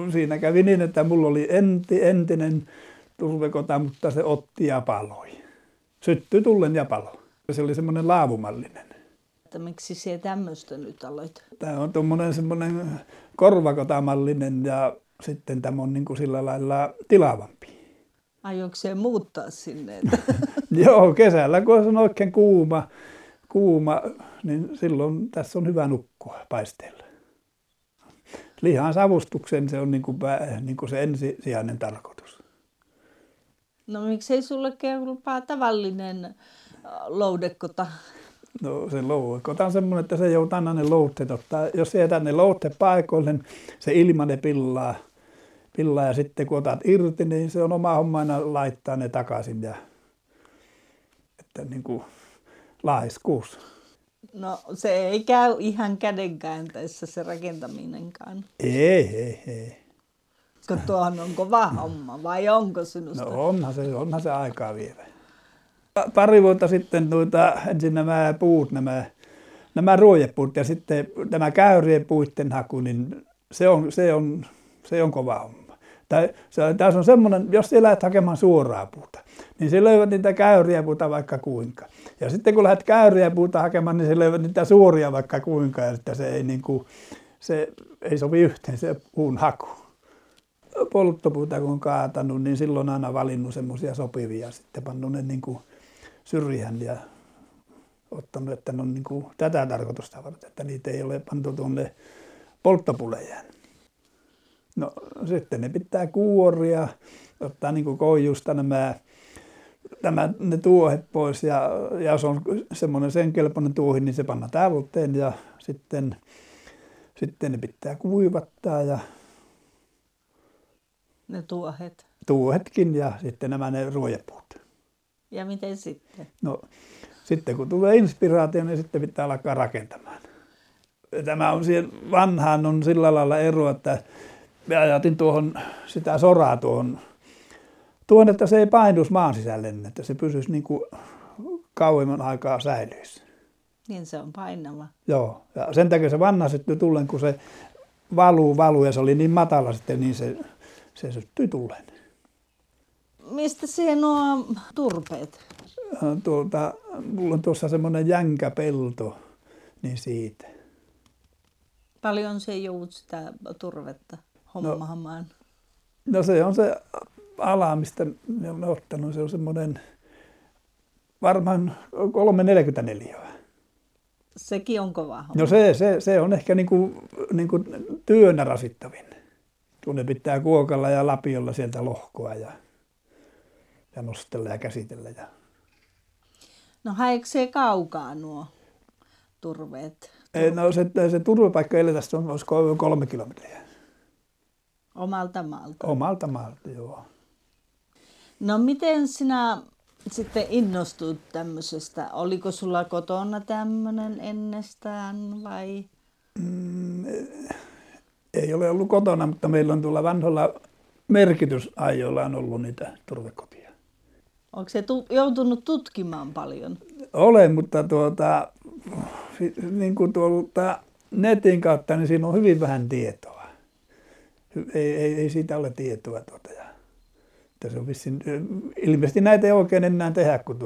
siinä kävi niin, että mulla oli entinen turvekota, mutta se otti ja paloi. Syttyi tullen ja paloi. Se oli semmoinen laavumallinen. Että miksi sinä tämmöistä nyt aloit? Tämä on tuommoinen semmoinen korvakotamallinen ja sitten tämä on niin kuin sillä lailla tilavampi. Aiotko se muuttaa sinne? Joo, kesällä kun on oikein kuuma, niin silloin tässä on hyvä nukkua paisteella. Lihan savustuksen se on niin kuin se ensisijainen tarkoitus. No miksei sulle kelpaa tavallinen loudekota? No se loudekota on semmoinen, että se joutaa aina ne louhteet ottaa. Jos jätät ne louhteet paikoille, niin se ilma ne pillaa ja sitten kun otat irti, niin se on oma homma aina laittaa ne takaisin. Ja, että niin kuin laiskuus. No se ei käy ihan kädenkäänteessä se rakentaminenkaan. Ei. Kun tuohon on kova homma, vai onko sinusta? No onhan se aikaa vievä. Pari vuotta sitten ensin nämä puut, nämä ruojepuut ja sitten tämä käyrien puitten haku, niin se on kova homma. Tässä on semmoinen, jos sinä lähdet hakemaan suoraa puuta, niin se löydät niitä käyriä puuta vaikka kuinka. Ja sitten kun lähdet käyriä puuta hakemaan, niin se löydät niitä suoria vaikka kuinka. Ja sitten se ei sovi yhteen se puun haku. Polttopuuta kun on kaatanut, niin silloin on aina valinnut semmoisia sopivia. Sitten pannut ne niin kuin syrjään ja ottanut, että ne on niin kuin tätä tarkoitusta varten, että niitä ei ole pantu tuonne polttopulejaan. No sitten ne pitää kuoria, ottaa niin kuin koijusta ne tuohet pois ja jos on semmoinen sen kelpoinen tuohi, niin se panna täyteen ja sitten ne pitää kuivattaa ja ne tuohet? Tuohetkin ja sitten ne ruojepuut. Ja miten sitten? No sitten kun tulee inspiraatio, niin sitten pitää alkaa rakentamaan. Tämä on siihen vanhaan on sillä lailla ero, että me ajatin sitä soraa tuohon, että se ei painuisi maan sisälle, että se pysyisi niin kuin kauemman aikaa säilyisi. Niin se on painava. Joo, ja sen takia se vanha sitten tullen, kun se valuu ja se oli niin matala sitten, niin se syttyi tulleen. Mistä siihen nuo turpeet? Mulla on tuossa semmoinen jänkäpelto, niin siitä. Paljon se joudut sitä turvetta hommaamaan? No se on se ala, mistä ne on ottanut. Se on semmoinen varmaan 344. Sekin on kova homma. No se on ehkä niin kuin työnä rasittavin. Kun ne pitää kuokalla ja lapiolla sieltä lohkoa ja nostella ja käsitellä. No haeeko se kaukaa nuo turveet? No se turvapaikka tästä olisi 3 kilometriä. Omalta maalta? Omalta maalta, joo. No miten sinä sitten innostut tämmöisestä? Oliko sulla kotona tämmöinen ennestään vai? Ei ole ollut kotona, mutta meillä on tuolla vanhoilla merkitysajoilla on ollut niitä turvekotia. Onko se joutunut tutkimaan paljon? Olen, mutta niin kuin tuolta netin kautta, niin siinä on hyvin vähän tietoa. Ei siitä ole tietoa. Ja se on ilmeisesti näitä ei oikein enää tehdä, kun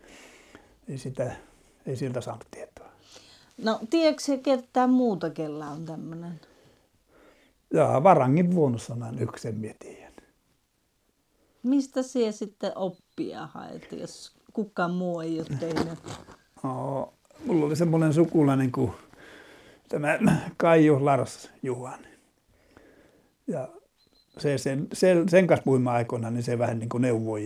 ei siltä saanut tietoa. No tiedätkö se ketään muuta, kella on tämmöinen? Jaa, Varangin vuonossa on yksi, en mietiä. Mistä sinä sitten oppia haet, jos kukaan muu ei ole tehnyt? No, mulla oli semmoinen sukulainen kuin tämä Kaiju Lars Juhan. Ja sen kanssa puimaan aikoina, niin se vähän niin kuin neuvoi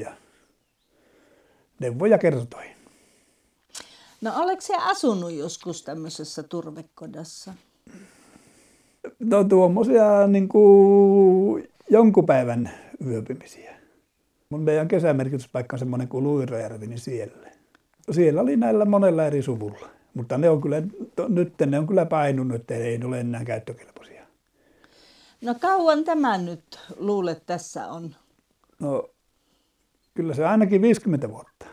ja kertoi. No oletko se asunut joskus tämmöisessä turvekodassa? No tuommoisia niin kuin jonkun päivän yöpymisiä. Meidän kesämerkityspaikka on semmoinen kuin Luirajärvi, niin siellä oli näillä monella eri suvulla. Mutta nyt ne on kyllä painunut, että ei ole enää käyttökelpoisia. No kauan tämä nyt luulet tässä on? No kyllä se ainakin 50 vuotta.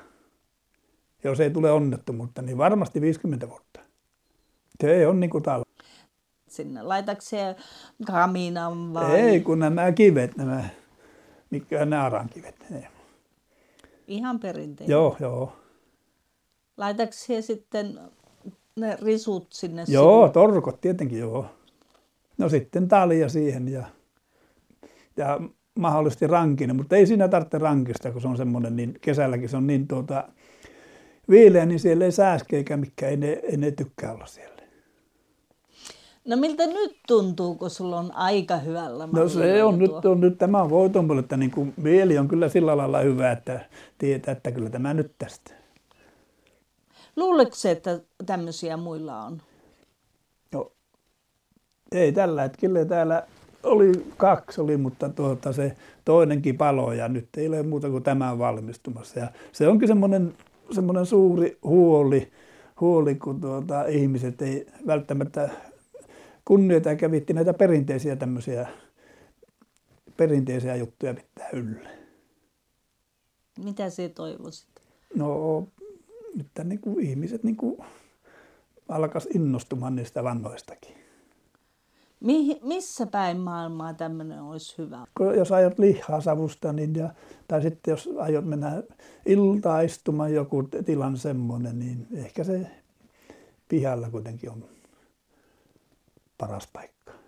Jos ei tule onnettomuutta, niin varmasti 50 vuotta. Se ei ole niin kuin talo. sinne? Laitatko se kaminan vai? Ei, kun nämä kivet, mitkä on ne arankivet. Ihan perinteinen. Joo. Laitatko se sitten ne risut sinne Joo, sivuun? torkot tietenkin joo. No sitten talia siihen ja mahdollisesti rankinen, mutta ei siinä tarvitse rankista, kun se on semmoinen, niin kesälläkin se on niin viileä, niin siellä ei sääske eikä mikään, ei ne tykkää olla siellä. No miltä nyt tuntuu, kun sulla on aika hyvällä mallilla? No se on jo nyt tämä on voitonpuolella, että niin kuin mieli on kyllä sillä lailla hyvä, että tietää, että kyllä tämä nyt tästä. Luuletko se, että tämmöisiä muilla on? No, ei tällä hetkellä, täällä kaksi, mutta se toinenkin palo ja nyt ei ole muuta kuin tämä valmistumassa. Ja se onkin semmoinen suuri huoli kun ihmiset ei välttämättä kunnioita eikä viitti näitä perinteisiä juttuja pitää yllä. Mitä sinä toivoisit? No, nyt niin kuin ihmiset niin kuin alkaisi innostumaan niistä vanhoistakin. Missä päin maailmaa tämmöinen olisi hyvä? Jos aiot lihaa savusta, niin tai sitten jos aiot mennä iltaistumaan joku tilan semmoinen, niin ehkä se pihalla kuitenkin on paras paikka.